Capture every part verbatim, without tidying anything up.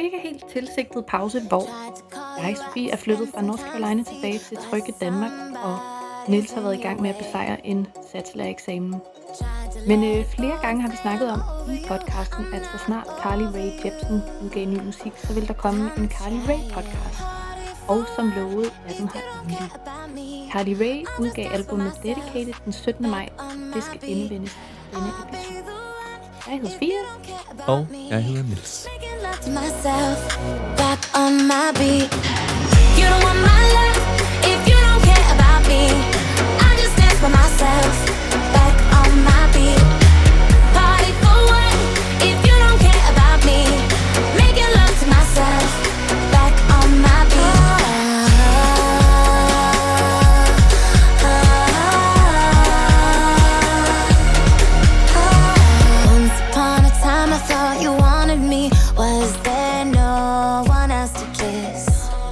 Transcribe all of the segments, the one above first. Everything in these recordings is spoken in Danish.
ikke helt tilsigtet pause, hvor jeg, Sofie, er flyttet fra North Carolina tilbage til trygge Danmark, og Niels har været i gang med at besejre en bachelor-eksamen. Men øh, flere gange har vi snakket om i podcasten, at så snart Carly Rae Jepsen udgav ny musik, så vil der komme en Carly Rae podcast. Og som lovet er den her endelig. Carly Rae udgav albumet Dedicated den syttende maj. Det skal indvindes i denne episode. Jeg hedder Sofie. Og jeg hedder Niels. Myself back on my beat. You don't want my love if you don't care about me. I just dance by myself back on my beat. Party for what if you don't care about me? Making love to myself back on my beat. Once upon a time I thought you wanted me. Was there no one else to kiss?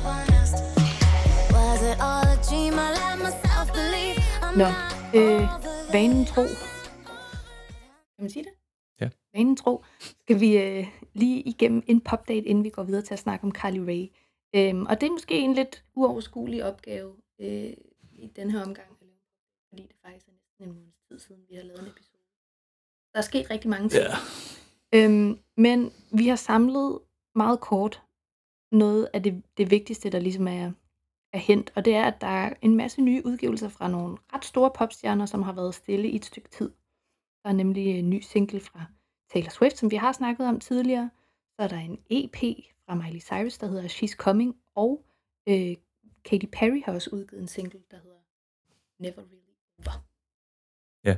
Was it all a dream? I let myself believe. Nå, øh, vanen tro. Kan man sige det? Ja. Vanen tro. Skal vi øh, lige igennem en popdate, inden vi går videre til at snakke om Carly Rae. Øhm, og det er måske en lidt uoverskuelig opgave øh, i den her omgang, fordi det faktisk er næsten en måneds tid siden, vi har lavet en episode. Der er sket rigtig mange ting. Ja. Øhm, men vi har samlet meget kort noget af det, det vigtigste, der ligesom er, er hent, og det er, at der er en masse nye udgivelser fra nogle ret store popstjerner, som har været stille i et stykke tid. Der er nemlig en ny single fra Taylor Swift, som vi har snakket om tidligere. Så er der en E P fra Miley Cyrus, der hedder She's Coming, og øh, Katy Perry har også udgivet en single, der hedder Never Really Over. Ja.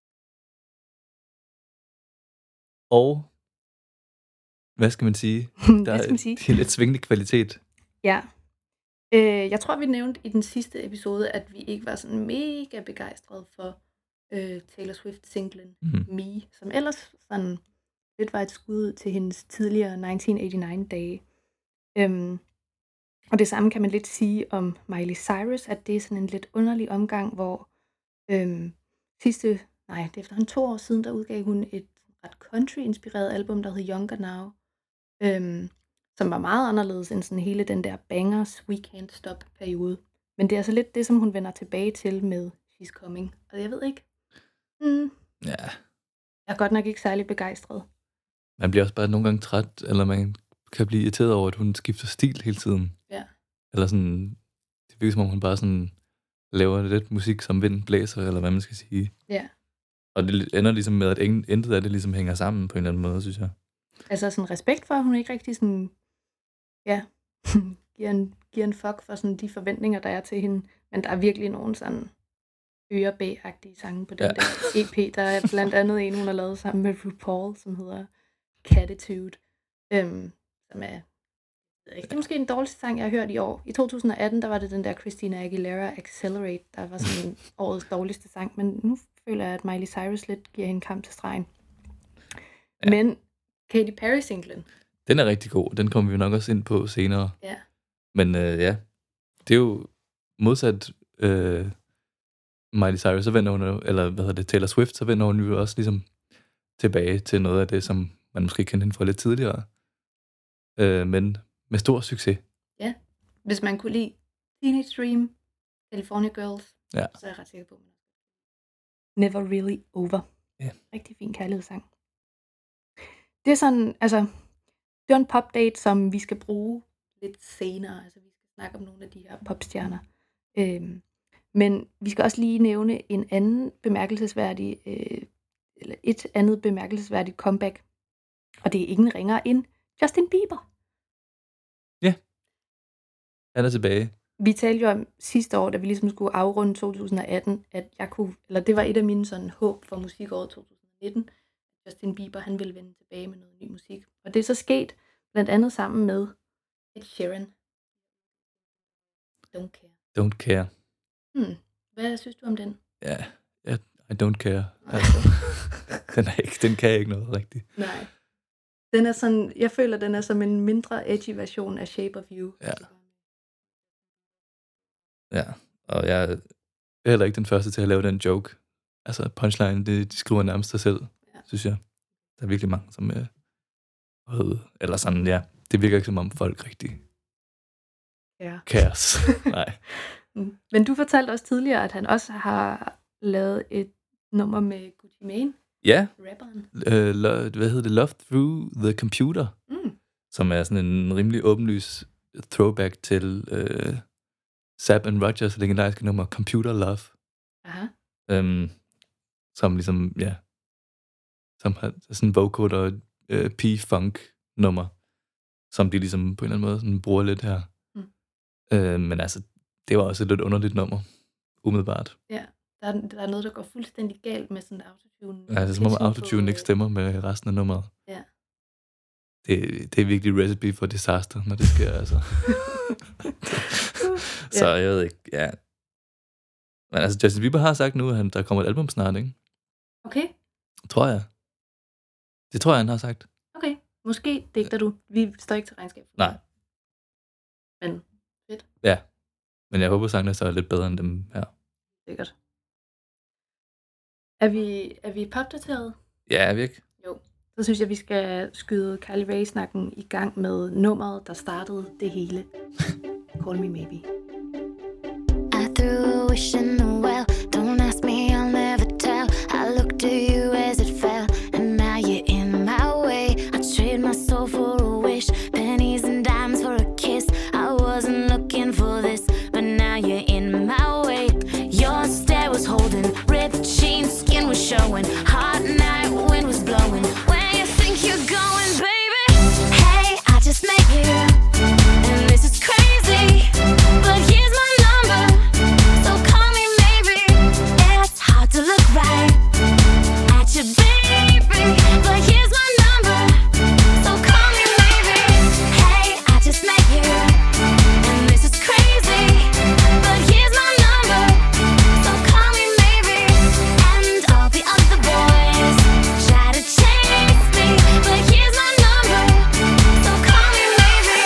Og hvad skal man sige? Der Hvad skal man sige? er lidt svingende kvalitet. Ja. Øh, jeg tror, vi nævnte i den sidste episode, at vi ikke var sådan mega begejstrede for øh, Taylor Swift-singlen Mhm. Me, som ellers sådan lidt var et skud til hendes tidligere nitten otteoghalvfems-dage. Øhm, og det samme kan man lidt sige om Miley Cyrus, at det er sådan en lidt underlig omgang, hvor øhm, sidste, nej, det er efterhånden to år siden, der udgav hun et ret country-inspireret album, der hed Younger Now, øhm, som var meget anderledes end sådan hele den der bangers, We Can't Stop-periode. Men det er altså lidt det, som hun vender tilbage til med She's Coming. Og jeg ved ikke, mm, Ja. jeg er godt nok ikke særlig begejstret. Man bliver også bare nogle gange træt, eller man kan blive irriteret over, at hun skifter stil hele tiden. Ja. Eller sådan, det virker som om hun bare sådan laver lidt musik, som vind blæser, eller hvad man skal sige. Ja. Og det ender ligesom med, at ingen- intet af det ligesom hænger sammen på en eller anden måde, synes jeg. Altså sådan respekt for, at hun ikke rigtig sådan, ja, giver en, giver en fuck for sådan de forventninger, der er til hende. Men der er virkelig nogle sådan ørebæ-agtige sange på den Ja. der E P. Der er blandt andet en, hun har lavet sammen med RuPaul, som hedder Catitude, øhm, som er, jeg ved ikke, det er måske den dårligste sang, jeg har hørt i år. I to tusind atten, der var det den der Christina Aguilera Accelerate, der var sådan årets dårligste sang, men nu føler jeg, at Miley Cyrus lidt giver hende kamp til stregen. Ja. Men Katy Perry-singlen, Den er rigtig god. Den kommer vi jo nok også ind på senere. ja, Men øh, ja, det er jo modsat øh, Miley Cyrus, så vender hun jo, eller hvad hedder det, Taylor Swift, så vender hun jo også ligesom tilbage til noget af det, som man måske kendte hende fra lidt tidligere. Øh, men med stor succes. hvis man kunne lide Teenage Dream, California Girls, Ja. så er jeg ret sikker på, at man Never Really Over. Ja. Rigtig fin kærlighedssang. Det er sådan, altså, det er en popdate, som vi skal bruge lidt senere. Altså, vi skal snakke om nogle af de her popstjerner. Øhm, men vi skal også lige nævne en anden bemærkelsesværdig, øh, eller et andet bemærkelsesværdigt comeback. Og det er ingen ringere end Justin Bieber. Han er tilbage. Vi talte jo om sidste år, da vi ligesom skulle afrunde to tusind atten, at jeg kunne, eller det var et af mine sådan håb for musikåret to tusind nitten, Justin Bieber, han ville vende tilbage med noget ny musik. Og det er så sket, blandt andet sammen med Ed Sheeran. Don't Care. Don't care. Hmm. Hvad synes du om den? Ja, yeah, I don't care. Altså, den, er ikke, den kan ikke noget rigtigt. Nej. Den er sådan, jeg føler, den er som en mindre edgy version af Shape of You. Ja. Ja, og jeg er heller ikke den første til at lave den joke. Altså punchline, det, de skriver nærmest sig selv, Ja. synes jeg. Der er virkelig mange, som øh, eller sådan, ja. det virker ikke som om folk rigtig Ja. cares. Nej. Mm. Men du fortalte også tidligere, at han også har lavet et nummer med Gucci Mane, Ja, rapperen. øh, lo- hvad hedder det? Love Through the Computer, Mm. som er sådan en rimelig åbenlys throwback til øh, Zapp and Rogers legendariske nummer Computer Love, Aha. øhm, som ligesom, ja, som har sådan en vocoder og øh, P-funk nummer, som de ligesom på en eller anden måde sådan bruger lidt her. Mm. Øh, men altså, det var også et lidt underligt nummer, umiddelbart. Ja, der er, der er noget, der går fuldstændig galt med sådan en autotune. Altså, som om pitchen på, autotune ikke øh, stemmer med resten af nummeret. Ja. Det, det er virkelig recipe for disaster, når det sker, altså. Så Ja. jeg ved ikke, ja. Men altså, Justin Bieber har sagt nu, at han, der kommer et album snart, ikke? Okay, Tror jeg. Det tror jeg, han har sagt. okay. Måske digter du. Vi står ikke til regnskab. Nej. Men Ja. Men jeg håber, sangene så er lidt bedre end dem her. sikkert. Er vi, er vi popdateret? Ja, er vi ikke? Jo. Så synes jeg, vi skal skyde Carly Rae-snakken i gang med nummeret, der startede det hele. Call Me Maybe. I threw a wish in the well. Don't ask me, I'll never tell. I looked to you as it fell, and now you're in my way. I trade my soul for a wish, pennies and dimes for a kiss. I wasn't looking for this, but now you're in my way. Your stare was holding, ripped jeans, skin was showing. Hot night, wind was blowing. Where you think you're going, baby? Hey, I just met you, and this is crazy. But here's my number, so call me maybe. It's hard to look right at you, baby. But here's my number, so call me maybe. Hey, I just met you, and this is crazy. But here's my number, so call me maybe. And all the other boys try to chase me, but here's my number, so call me maybe.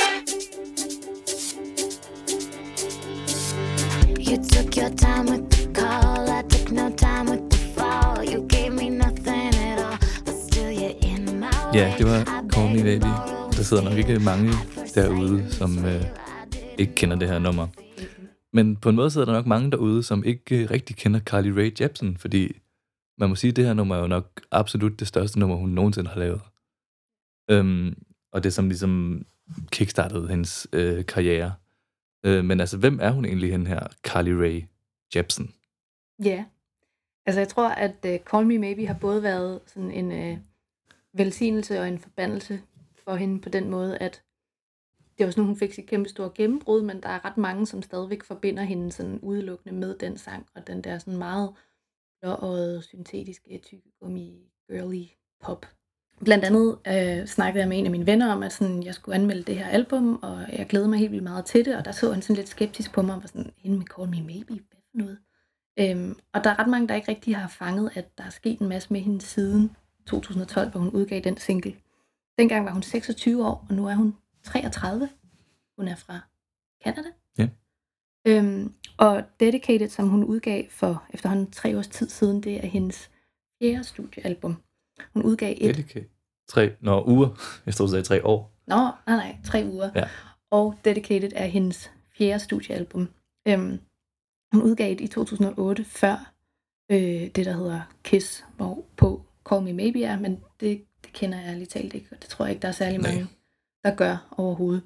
You took your time with the call, I took no time with the fall. You gave me nothing at all, but still you're in my way. Ja, det var Call Me Baby. Der sidder nok ikke mange derude, som øh, ikke kender det her nummer. Men på en måde sidder der nok mange derude, som ikke øh, rigtig kender Carly Rae Jepsen, fordi man må sige, at det her nummer er jo nok absolut det største nummer, hun nogensinde har lavet. Øhm, og det som ligesom kickstartede hendes øh, karriere. Øh, men altså, hvem er hun egentlig, hende her Carly Rae Jepsen? Ja. Altså, jeg tror, at uh, Call Me Maybe har både været sådan en uh, velsignelse og en forbandelse for hende på den måde, at det var sådan, hun fik sit kæmpe store gennembrud, men der er ret mange, som stadigvæk forbinder hende sådan udelukkende med den sang, og den der sådan meget blåøjede, syntetiske, tykkegummi, girly pop. Blandt andet øh, snakkede jeg med en af mine venner om, at sådan, jeg skulle anmelde det her album, og jeg glædede mig helt vildt meget til det, og der så han sådan lidt skeptisk på mig, og var sådan, hende med Call Me Maybe, hvad for noget? Øhm, og der er ret mange, der ikke rigtig har fanget, at der er sket en masse med hende siden to tusind og tolv, hvor hun udgav den single. Dengang var hun seksogtyve år, og nu er hun treogtredive. Hun er fra Canada. Ja. Øhm, og Dedicated, som hun udgav for efterhånden tre års tid siden, det er hendes fjerde studiealbum. Hun udgav et... Dedicate. Tre, nå, uger. Jeg stod sagde tre år. Nå, nej, nej, tre uger. Ja. Og Dedicated er hendes fjerde studiealbum. Øhm, hun udgav et i to tusind og otte, før øh, det, der hedder Kiss, hvor på Call Me Maybe er, men det, det kender jeg ærligt talt ikke, og det tror jeg ikke, der er særlig Nej. mange, der gør overhovedet.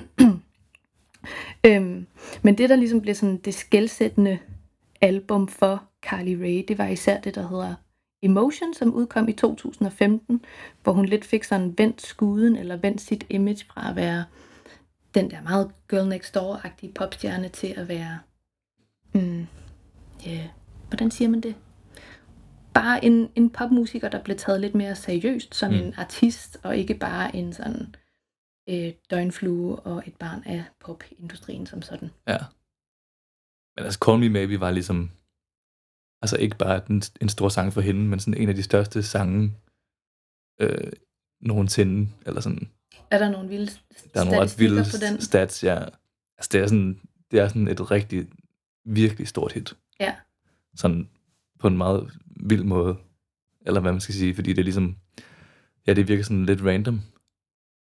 øhm, men det, der ligesom blev sådan det skelsættende album for Carly Rae, det var især det, der hedder Emotion, som udkom i to tusind og femten, hvor hun lidt fik sådan vendt skuden, eller vendt sit image fra at være den der meget Girl Next Door-agtige popstjerne til at være, mm, yeah, hvordan siger man det? Bare en, en popmusiker, der blev taget lidt mere seriøst som mm. en artist, og ikke bare en sådan øh, døgnflue og et barn af popindustrien som sådan. Ja. Men altså, Call Me Maybe var ligesom, altså ikke bare en, en stor sang for hende, men sådan en af de største sange øh, nogensinde, eller sådan. Er der nogle vilde Der er nogle ret statistikker vilde på den? stats, ja. Altså, det er sådan, det er sådan et rigtig, virkelig stort hit. Ja. Sådan på en meget vild måde, eller hvad man skal sige, fordi det er ligesom, ja, det virker sådan lidt random,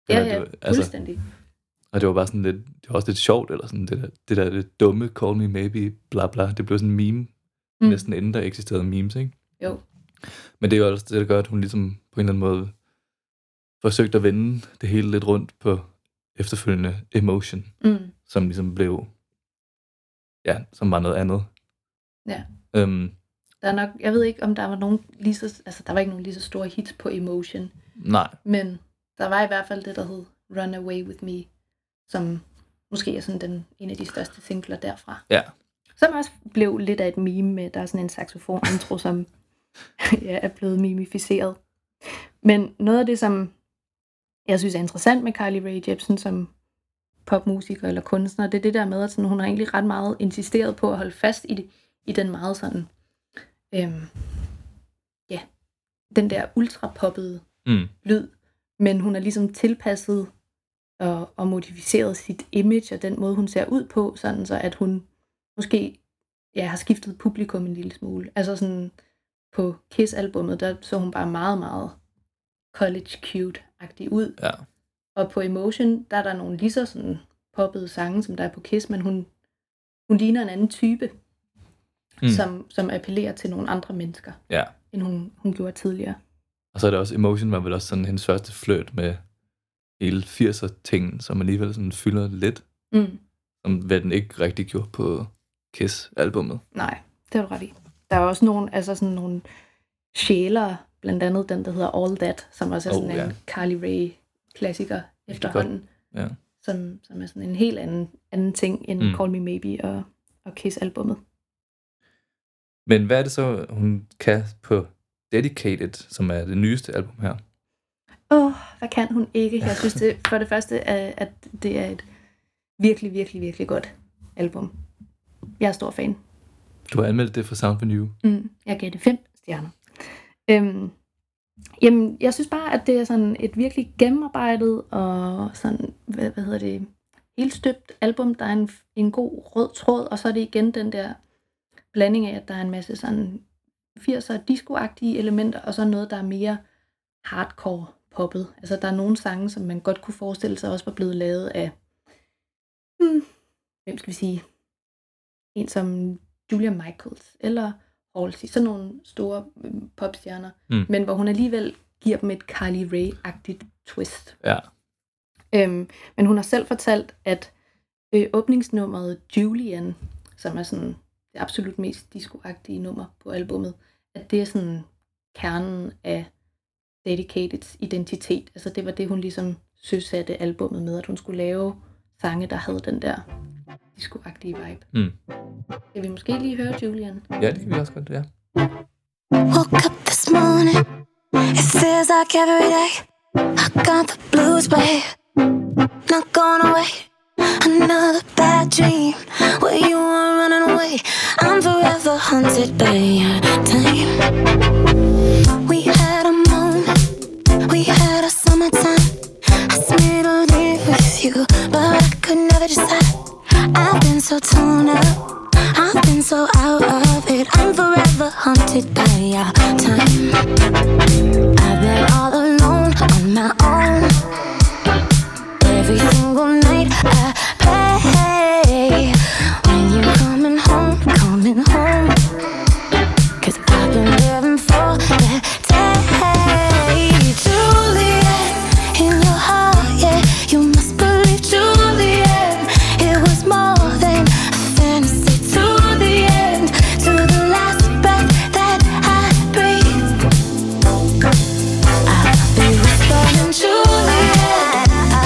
Ja, Eller ja, det var, altså, fuldstændig. og det var bare sådan lidt, det var også lidt sjovt, eller sådan det der, det der det dumme, call me maybe, bla bla, det blev sådan en meme, mm. næsten inden der eksisterede memes, ikke? Jo. Men det er jo også det, der gør, at hun ligesom på en eller anden måde forsøgte at vende det hele lidt rundt på efterfølgende Emotion, Mm. som ligesom blev, ja, som var noget andet. Ja. Øhm, Der er nok, jeg ved ikke, om der var nogen lige så, altså der var ikke nogen lige så store hits på Emotion, nej, men der var i hvert fald det, der hed Run Away With Me, som måske er sådan den, en af de største singler derfra. ja, Som også blev lidt af et meme med, der er sådan en saxofon-intro, som ja, er blevet mimificeret. Men noget af det, som jeg synes er interessant med Carly Rae Jepsen som popmusiker eller kunstner, det er det der med, at sådan, hun har egentlig ret meget insisteret på at holde fast i, det, i den meget sådan, øhm, ja, den der ultrapoppede mm. lyd, men hun har ligesom tilpasset og, og modificeret sit image og den måde, hun ser ud på, sådan så at hun måske ja, har skiftet publikum en lille smule. Altså sådan på Kiss-albummet, der så hun bare meget, meget college cute-agtig ud. Ja. Og på Emotion, der er der nogle lige så sådan poppede sange, som der er på Kiss, men hun, hun ligner en anden type, mm. som, som appellerer til nogle andre mennesker, ja. end hun, hun gjorde tidligere. Og så er det også, Emotion var vel også sådan hendes første flirt med hele firser-tingen, som alligevel sådan fylder lidt, Mm. som hvad den ikke rigtig gjorde på Kiss-albummet. Nej, det er du ret i. Der er også nogle, altså sådan nogle sjæler, blandt andet den, der hedder All That, som også er sådan oh, en ja. Carly Rae-klassiker efterhånden, ja. som, som er sådan en helt anden, anden ting end mm. Call Me Maybe og, og Kiss-albummet. Men hvad er det så, hun kan på Dedicated, som er det nyeste album her? Åh, oh, hvad kan hun ikke? Jeg synes det, for det første, at det er et virkelig, virkelig, virkelig godt album. Jeg er stor fan. Du har anmeldt det for Sound for New. Mm, jeg gav det fem stjerner. Øhm, jamen, jeg synes bare, at det er sådan et virkelig gennemarbejdet og sådan, hvad, hvad hedder det, helt støbt album. Der er en, en god rød tråd, og så er det igen den der blanding af, at der er en masse sådan firser disco-agtige elementer, og så noget, der er mere hardcore poppet. Altså, der er nogle sange, som man godt kunne forestille sig også var blevet lavet af, hmm, hvem skal vi sige, en som Julia Michaels, eller Halsey, sådan nogle store øhm, popstjerner, mm. men hvor hun alligevel giver dem et Carly Rae-agtigt twist. Ja. Øhm, men hun har selv fortalt, at øh, åbningsnummeret Julian, som er sådan det absolut mest disco-agtige nummer på albummet, at det er sådan kernen af Dedicateds identitet. Altså det var det, hun ligesom søsatte albummet med, at hun skulle lave sange, der havde den der disco-agtige vibe. Mm. Skal vi måske lige høre Julian? Ja, det kan vi også godt, ja. Woke up this morning, it feels like every day I got the blues, babe, not going away. Another bad dream where you were running away. I'm forever haunted by your time. We had a moment, we had a summertime. I spent all day with you, but I could never decide. I've been so torn up, I've been so out of it. I'm forever haunted by your time. I've been all alone on my own. Every single night I play when you're coming home, coming home. Cause I've been living for that day. Juliet, in your heart, yeah, you must believe Juliet. It was more than a fantasy to the end, to the last breath that I breathe. I'll be whispering Juliet.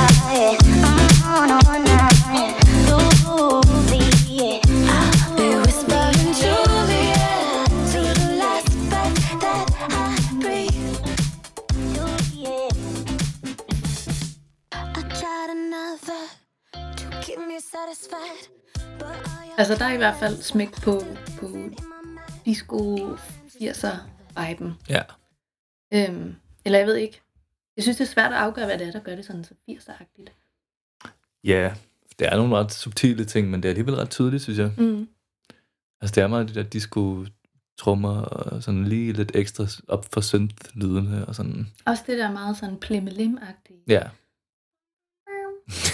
Altså, der er i hvert fald smæk på, på disco firser-viben. Ja. Øhm, eller jeg ved ikke. Jeg synes, det er svært at afgøre, hvad det er, der gør det sådan så firser-agtigt. Ja, det er nogle ret subtile ting, men det er alligevel ret tydeligt, synes jeg. Mm. Altså, det er meget de der disco-trummer og sådan lige lidt ekstra op for synth-lydene og sådan. Også det der meget sådan plimmelim-agtige. Ja.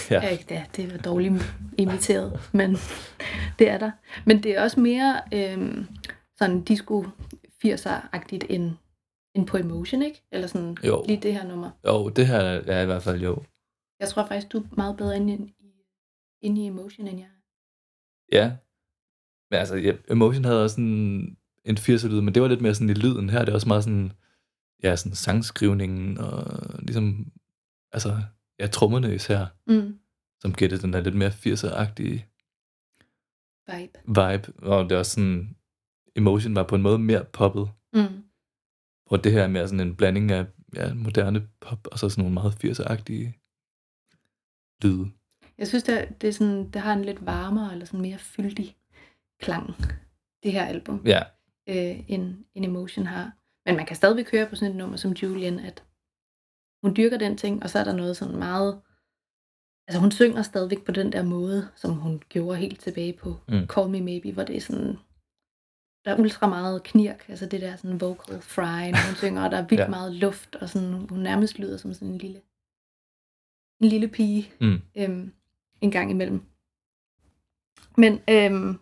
Ja. Ja, ikke det, det var dårligt imiteret, men det er der. Men det er også mere øhm, sådan disco firser-agtigt end, end på Emotion, ikke? Eller sådan Jo. lige det her nummer. Jo, det her er i hvert fald jo. Jeg tror faktisk, du er meget bedre inde i, inde i Emotion, end jeg er. Ja. Men altså, ja, Emotion havde også sådan en firser-lyd, men det var lidt mere sådan i lyden. Her er det også meget sådan, ja, sådan sangskrivningen og ligesom, altså, ja, trommerne især, Mm. som giver det den der lidt mere firser-agtige Vibe. vibe. Og det er også sådan, Emotion var på en måde mere poppet, Mm. hvor det her er mere sådan en blanding af ja, moderne pop, og så sådan nogle meget firser-agtige lyde. Jeg synes, det, er, det, er sådan, det har en lidt varmere, eller sådan mere fyldig klang, det her album, Ja, øh, end, end Emotion har. Men man kan stadigvæk høre på sådan et nummer som Julian, at hun dyrker den ting, og så er der noget sådan meget... Altså hun synger stadigvæk på den der måde, som hun gjorde helt tilbage på Mm. Call Me Maybe, hvor det er sådan... Der er ultra meget knirk, altså det der sådan vocal fry, når hun synger, og der er vildt Ja. meget luft, og sådan, hun nærmest lyder som sådan en lille, en lille pige mm. øhm, en gang imellem. Men øhm,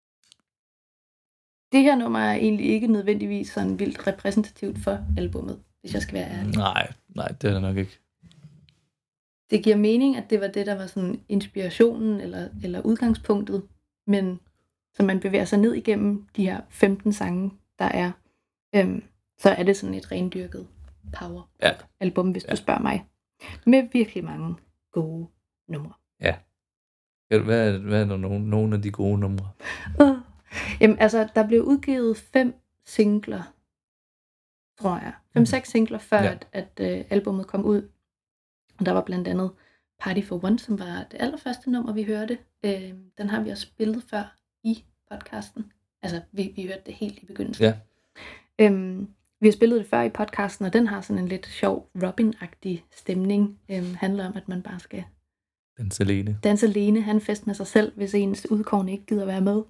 det her nummer er egentlig ikke nødvendigvis sådan vildt repræsentativt for albummet, hvis jeg skal være ærlig. nej, nej, det er det nok ikke. Det giver mening, at det var det, der var sådan inspirationen eller, eller udgangspunktet, men så man bevæger sig ned igennem de her femten sange, der er, øhm, så er det sådan et rendyrket power Ja. album, hvis Ja. du spørger mig. Med virkelig mange gode numre. Ja, Hvad er, hvad er der nogle, nogle af de gode numre? Uh. Jamen altså, der blev udgivet fem singler, tror jeg. Fem-seks singler, før Ja. at, at uh, albummet kom ud. Og der var blandt andet Party for One, som var det allerførste nummer, vi hørte. Uh, den har vi også spillet før i podcasten. Altså, vi, vi hørte det helt i begyndelsen. Ja. Um, vi har spillet det før i podcasten, og den har sådan en lidt sjov Robin-agtig stemning. Um, handler om, at man bare skal Den Selene. danse alene, han fest med sig selv, hvis ens udkårne ikke gider være med.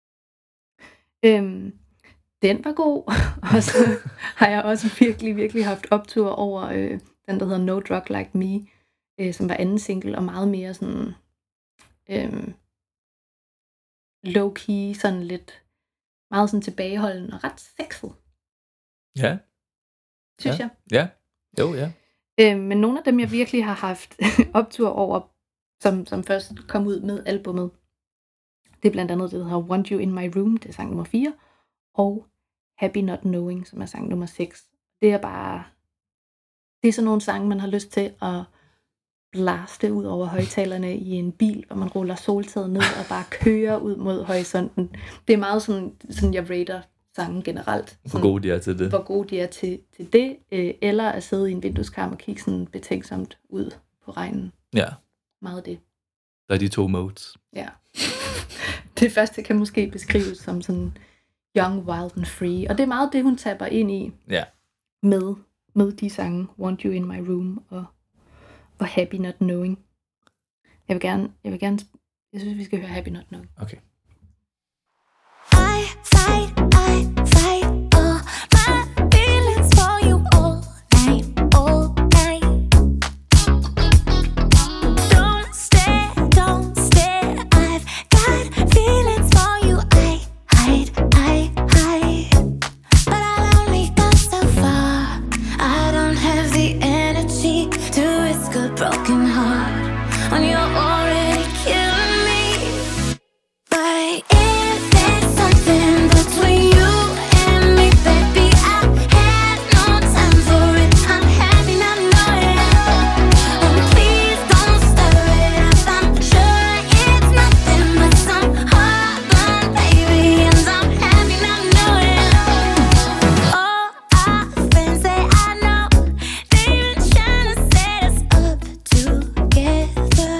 Øhm, den var god, og så har jeg også virkelig, virkelig haft optur over øh, den, der hedder No Drug Like Me, øh, som var anden single, og meget mere sådan øh, low-key, sådan lidt meget sådan tilbageholden og ret sexet, Ja, synes Ja. jeg. ja. Jo, ja. Øh, men nogle af dem, jeg virkelig har haft optur over, som, som først kom ud med albummet, det er blandt andet det, der hedder Want You In My Room, det er sang nummer fire, og Happy Not Knowing, som er sang nummer seks. Det er bare, det er sådan nogle sange, man har lyst til at blaste ud over højtalerne i en bil, hvor man ruller soltaget ned og bare kører ud mod horisonten. Det er meget sådan, sådan jeg rater sange generelt. Hvor Sådan, gode de er til det. hvor gode de er til, til det, øh, eller at sidde i en vindueskarm og kigge sådan betænksomt ud på regnen. Ja, Meget det. der er de to modes. Ja. Det første kan måske beskrives som sådan young, wild and free, og det er meget det, hun tapper ind i Ja. med, med de sange Want You In My Room og, og Happy Not Knowing. Jeg vil gerne, jeg vil gerne, jeg synes, vi skal høre Happy Not Knowing. Okay. I fight, I fight all my feelings for you all night, all night. Don't stare, don't stare. I've got feelings for you. I hide, I hide, but I'll only go so far. I don't have the energy to risk a broken heart when you're already killing me. But if there's something between you and me, baby, I had no time for it. I'm happy not knowing. Oh, please don't stir it up. I'm sure it's nothing but some heartburn, baby, and I'm happy not knowing. All our friends say I know they've been trying to set us up together.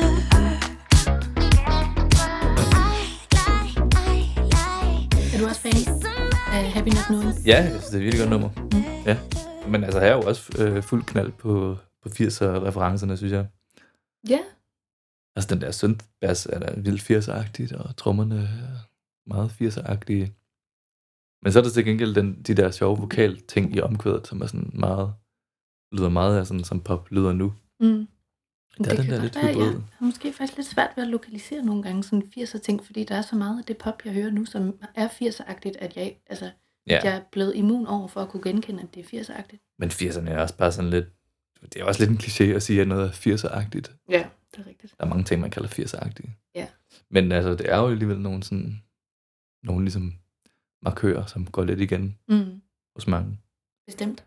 Er du også fan af Happy Not Knowing? Ja, jeg synes, det er et virkelig godt nummer. Mm. Ja. Men altså, her er jo også øh, fuld knald på, på firser-referencerne, synes jeg. Ja. Altså, den der synth-bass er da vildt firser-agtigt, og trommerne er meget firser-agtige. Men så er der til gengæld den, de der sjove vokal-ting i omkvædet, som er sådan meget, lyder meget af sådan, som pop lyder nu. Mm. Men Der er det den kan der godt lidt være, hybrid. jeg har måske faktisk lidt svært ved at lokalisere nogle gange sådan firser ting, fordi der er så meget af det pop, jeg hører nu, som er firser-agtigt, at jeg, altså, at Ja, jeg er blevet immun over for at kunne genkende, at det er firser-agtigt. men firserne er også bare sådan lidt... Det er også lidt en kliché at sige, at noget er firser-agtigt. Ja, det er rigtigt. Der er mange ting, man kalder firser-agtige. Ja. Men altså, det er jo alligevel nogle sådan... Nogle ligesom markører, som går lidt igen Mm, hos mange. bestemt.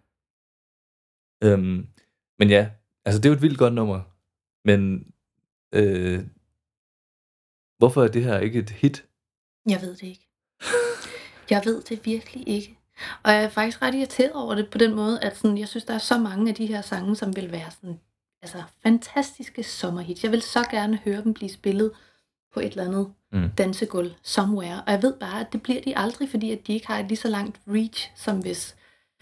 Øhm, men ja, altså det er jo et vildt godt nummer. Men øh, hvorfor er det her ikke et hit? Jeg ved det ikke. Jeg ved det virkelig ikke. Og jeg er faktisk ret irriteret over det på den måde, at sådan, jeg synes, der er så mange af de her sange, som vil være sådan, altså, fantastiske sommerhits. Jeg vil så gerne høre dem blive spillet på et eller andet Mm. dansegulv somewhere. Og jeg ved bare, at det bliver de aldrig, fordi at de ikke har et lige så langt reach, som hvis,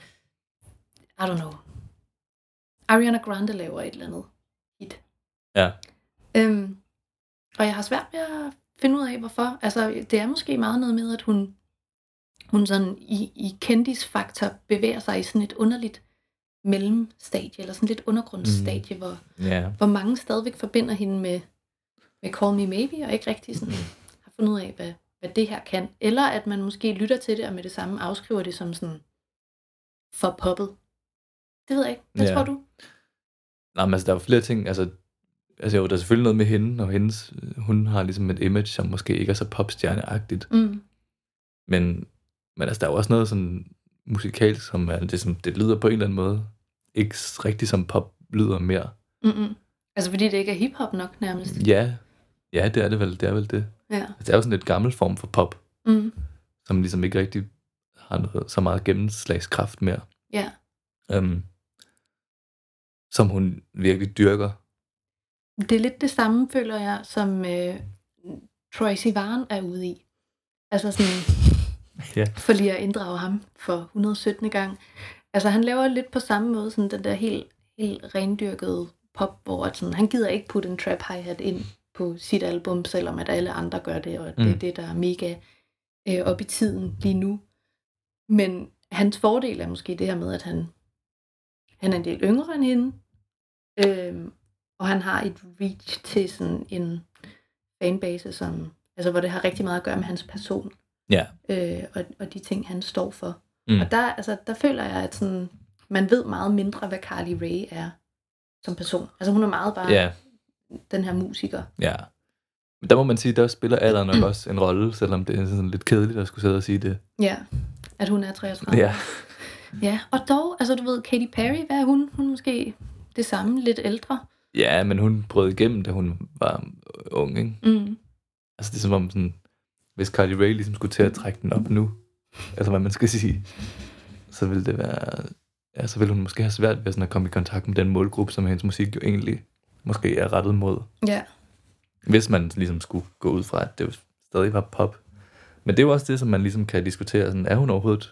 I don't know, Ariana Grande laver et eller andet hit. Ja. Øhm, og jeg har svært ved at finde ud af, hvorfor. Altså, det er måske meget noget med, at hun, hun sådan i, i kendisfaktor bevæger sig i sådan et underligt mellemstadie, eller sådan lidt undergrundsstadie, mm. hvor, Ja. hvor mange stadigvæk forbinder hende med, med Call Me Maybe, og ikke rigtig sådan har fundet ud af, hvad, hvad det her kan. Eller at man måske lytter til det, og med det samme afskriver det som sådan for poppet. Det ved jeg ikke. Hvad Ja. tror du? Nej, men altså, der er jo flere ting. Altså, altså jo, der er selvfølgelig noget med hende, og hendes, hun har ligesom et image, som måske ikke er så popstjerneagtigt. Mm. Men, men altså, der er jo også noget sådan musikalsk, som er, det, som, det lyder på en eller anden måde ikke rigtig som pop lyder mere. Mm-mm. Altså fordi det ikke er hiphop nok nærmest. Ja, ja, det er det vel, det er vel det. Ja. Altså, det er jo sådan et gammel form for pop, Mm. som ligesom ikke rigtig har noget, så meget gennemslagskraft mere. Ja. Um, som hun virkelig dyrker. Det er lidt det samme, føler jeg, som øh, Troye Sivan er ude i. Altså sådan, Ja. for lige at inddrage ham for et hundrede og syttende gang. Altså han laver lidt på samme måde, sådan den der helt, helt rendyrkede pop, hvor at sådan, han gider ikke putte en trap hi-hat ind på sit album, selvom at alle andre gør det, og det Mm. er det, der er mega øh, op i tiden lige nu. Men hans fordel er måske det her med, at han, han er en del yngre end hende, øhm, og han har et reach til sådan en fanbase, som, altså, hvor det har rigtig meget at gøre med hans person, Ja. øh, og, og de ting, han står for. Mm. Og der, altså, der føler jeg, at sådan, man ved meget mindre, hvad Carly Rae er som person. Altså hun er meget bare Ja. den her musiker. Ja. Men der må man sige, der spiller alderen nok også en rolle, selvom det er sådan lidt kedeligt at skulle sidde og sige det. Ja, at hun er treogtredive. Ja. Ja, og dog, altså du ved, Katy Perry, hvad er hun? Hun er måske det samme, lidt ældre. Ja, men hun brød igennem, da hun var ung, ikke? Mm. Altså det er som om sådan, hvis Carly Rae ligesom skulle til at trække den op nu, altså hvad man skal sige, så ville det være, ja, så ville hun måske have svært ved sådan at komme i kontakt med den målgruppe, som hendes musik jo egentlig måske er rettet mod. Ja. Hvis man ligesom skulle gå ud fra, at det jo stadig var pop. Men det er jo også det, som man ligesom kan diskutere, sådan, er hun overhovedet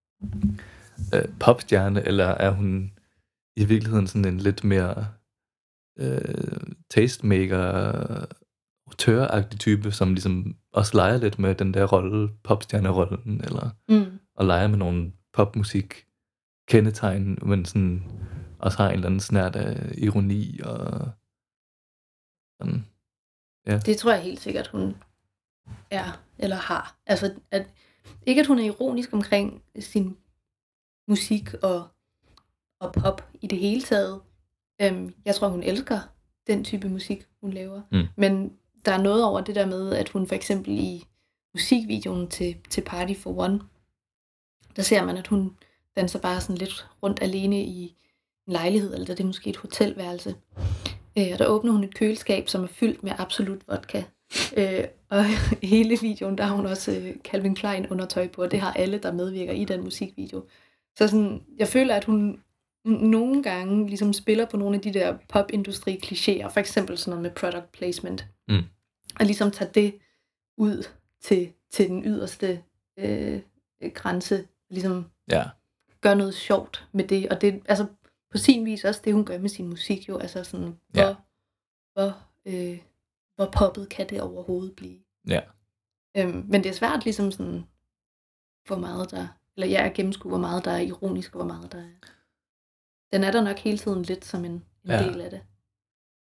øh, popstjerne, eller er hun i virkeligheden sådan en lidt mere øh, tastemaker, autøragtig type, som ligesom også leger lidt med den der rolle, popstjernerollen, eller Mm. og leger med nogle popmusik kendetegn, men sådan også har en eller anden snert af ironi og sådan. Ja. Det tror jeg helt sikkert, hun er, eller har. Altså, at, ikke at hun er ironisk omkring sin musik og, og pop i det hele taget. Øhm, jeg tror, hun elsker den type musik, hun laver. Mm. Men der er noget over det der med, at hun for eksempel i musikvideoen til, til Party for One, der ser man, at hun danser bare sådan lidt rundt alene i en lejlighed, eller det er måske et hotelværelse. Øh, og der åbner hun et køleskab, som er fyldt med absolut vodka. Øh, og hele videoen, der har hun også øh, Calvin Klein undertøj på, og det har alle, der medvirker i den musikvideo. Så sådan, jeg føler, at hun n- nogle gange ligesom spiller på nogle af de der popindustri-klichéer, for eksempel sådan noget med product placement, Mm. og ligesom tager det ud til, til den yderste øh, grænse, ligesom Ja. gør noget sjovt med det, og det altså på sin vis også det, hun gør med sin musik jo, altså sådan, hvor, Ja. hvor, øh, hvor poppet kan det overhovedet blive. Ja. Øhm, men det er svært ligesom sådan, hvor meget der, eller jeg er gennemskue, hvor meget der er ironisk, og hvor meget der er. Den er der nok hele tiden lidt som en, en Ja. del af det.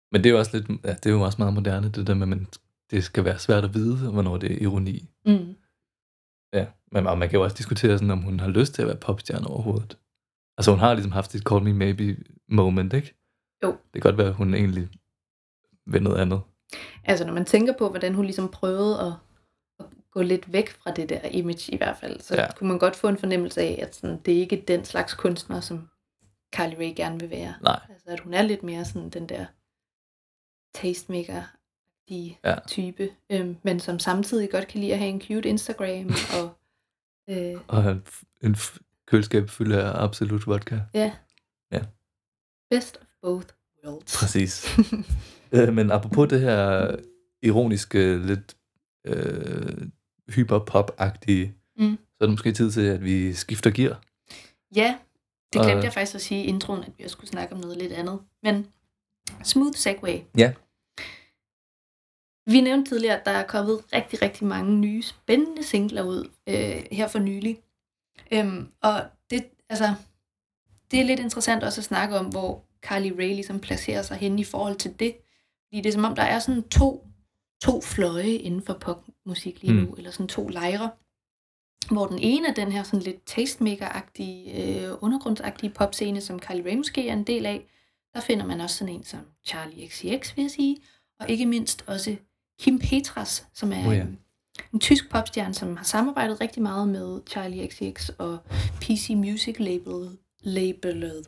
Men det er jo også lidt, ja, det er jo også meget moderne, det der med, at man, det skal være svært at vide, hvornår det er ironi. Mm. Ja, men man kan jo også diskutere sådan, om hun har lyst til at være popstjerne overhovedet. Altså hun har ligesom haft et Call Me Maybe moment, ikke? Jo. Det kan godt være, at hun egentlig vil noget andet. Altså når man tænker på, hvordan hun ligesom prøvede at, at gå lidt væk fra det der image i hvert fald, så Ja. kunne man godt få en fornemmelse af, at sådan, det er ikke den slags kunstner, som Carly Rae gerne vil være. Nej. Altså at hun er lidt mere sådan den der tastemaker-agtige Ja. type, øhm, men som samtidig godt kan lide at have en cute Instagram og øh, Og en, en f- køleskab fyldt af absolut vodka. ja. Ja. Best of both worlds. Præcis. øh, men apropos det her ironiske, lidt øh, hyperpop-agtige, Mm. så er det måske tid til, at vi skifter gear. Ja, det glemte Og- jeg faktisk at sige i introen, at vi også skulle snakke om noget lidt andet. Men smooth segue. Ja. Vi nævnte tidligere, at der er kommet rigtig, rigtig mange nye spændende singler ud øh, her for nylig. Øhm, og det, altså, det er lidt interessant også at snakke om, hvor Carly Rae ligesom placerer sig henne i forhold til det. Fordi det er som om, der er sådan to, to fløje inden for popmusik lige nu, Mm. eller sådan to lejre. Hvor den ene er den her sådan lidt tastemaker-agtige, øh, undergrundsagtige popscene, som Carly Rae måske er en del af. Der finder man også sådan en som Charli X C X, vil jeg sige. Og ikke mindst også Kim Petras, som er Oh ja. en, en tysk popstjerne, som har samarbejdet rigtig meget med Charli X C X og P C Music labelet. Labelet.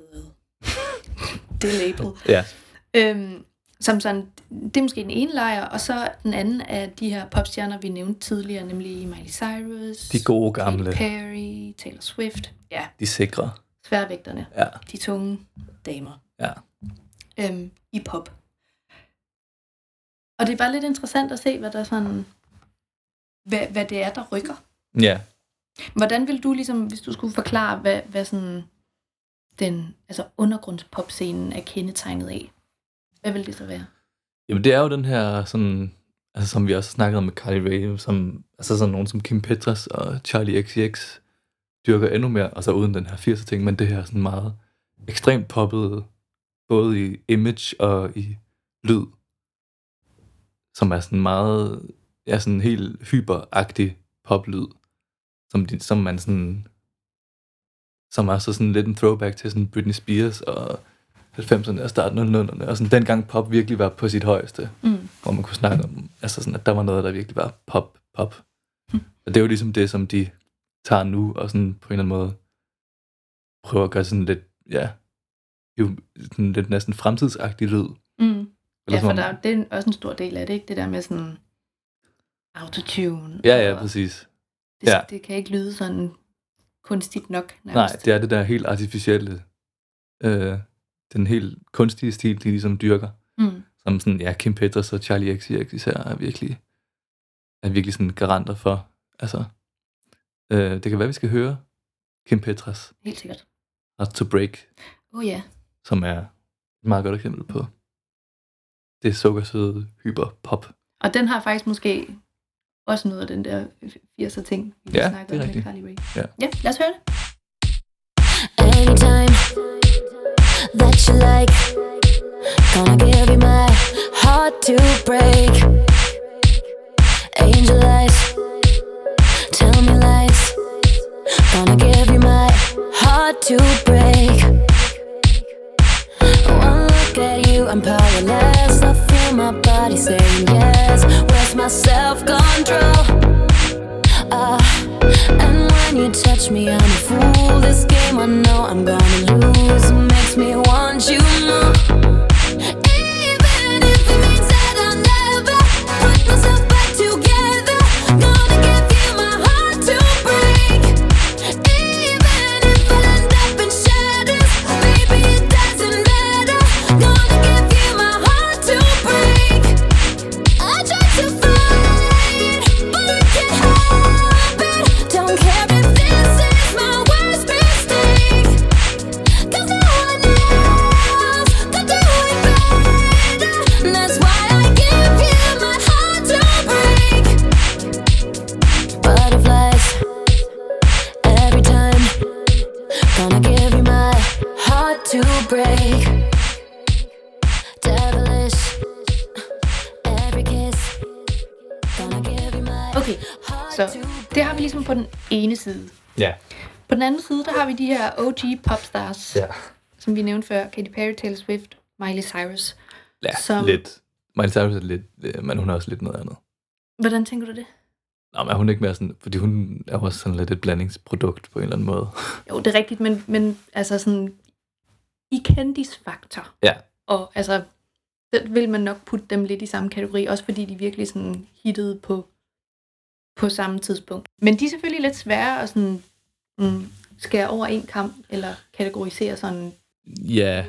Det label. Ja. Øhm, som sådan, det er måske den ene lejr, og så den anden af de her popstjerner, vi nævnte tidligere, nemlig Miley Cyrus, De gode gamle. Katy Perry, Taylor Swift. Ja, De sikre. sværvægterne. Ja. De tunge damer. Ja. Øhm, I pop. Og det er bare lidt interessant at se, hvad der sådan, hvad, hvad det er, der rykker. Ja. Hvordan vil du ligesom, hvis du skulle forklare, hvad, hvad sådan den altså undergrundspopscenen er kendetegnet af? Hvad vil det så være? Jamen det er jo den her sådan, altså som vi også snakkede om med Carly Rae, som, altså sådan nogen som Kim Petras og Charli X C X dyrker endnu mere, og så uden den her firser ting, men det her sådan meget ekstremt poppet, både i image og i lyd, som er sådan meget, ja sådan helt hyperagtig poplyd, som, de, som man sådan, som er så sådan lidt en throwback til sådan Britney Spears og halvfemserne og starten af nullerne, og sådan dengang pop virkelig var på sit højeste, Mm. hvor man kunne snakke om, altså sådan, at der var noget, der virkelig var pop, pop. Mm. Og det er jo ligesom det, som de tager nu, og sådan på en eller anden måde prøver at gøre sådan lidt, ja, jo sådan lidt næsten fremtidsagtig lyd. Mm. Ja, som for om- der, det er også en stor del af det, ikke? Det der med sådan autotune. Ja, ja, og præcis. Det, Ja. det kan ikke lyde sådan kunstigt nok. Nej, Nærmest. det er det der helt artificielle, øh, den helt kunstige stil, de ligesom dyrker. Mm. Som sådan, ja, Kim Petras og Charli X C X især er virkelig, er virkelig sådan garanter for. Altså, øh, det kan være, vi skal høre Kim Petras Helt sikkert. Not to Break, Oh ja. som er et meget godt eksempel på det sukkersøde hyperpop. Og den har faktisk måske også noget af den der firser ting, vi Ja, snakker det er om med rigtigt. Carly Rae. Ja. ja, lad os høre det. Anytime that you like, gonna give you my heart to break. Angel eyes, tell me lies, gonna give you my heart to break. One look at you, I'm powerless. I feel my body saying yes. Where's my self-control? Ah, and when you touch me, I'm a fool. This game I know I'm gonna lose. Makes me want you more. Even if it means that I'll never put myself back together, gonna give you my heart to break. Even if I end up in shadows, maybe it doesn't matter. Gonna give you my heart to break. I try to fight, but I can't help it. Don't care if this is my worst mistake, 'cause no one else could do Okay. Så det har vi ligesom på den ene side. Ja. På den anden side, der har vi de her O G popstars, Ja. som vi nævnte før. Katy Perry, Taylor Swift, Miley Cyrus. Ja, som... lidt. Miley Cyrus er lidt, øh, men hun er også lidt noget andet. Hvordan tænker du det? Nå, men hun er ikke mere sådan, fordi hun er også sådan lidt et blandingsprodukt på en eller anden måde. Jo, det er rigtigt, men, men altså sådan i kendisfaktor. Ja. Og altså, så vil man nok putte dem lidt i samme kategori, også fordi de virkelig sådan hittede på, på samme tidspunkt. Men de er selvfølgelig lidt svære at sådan, mm, skære over en kamp, eller kategorisere sådan. Ja.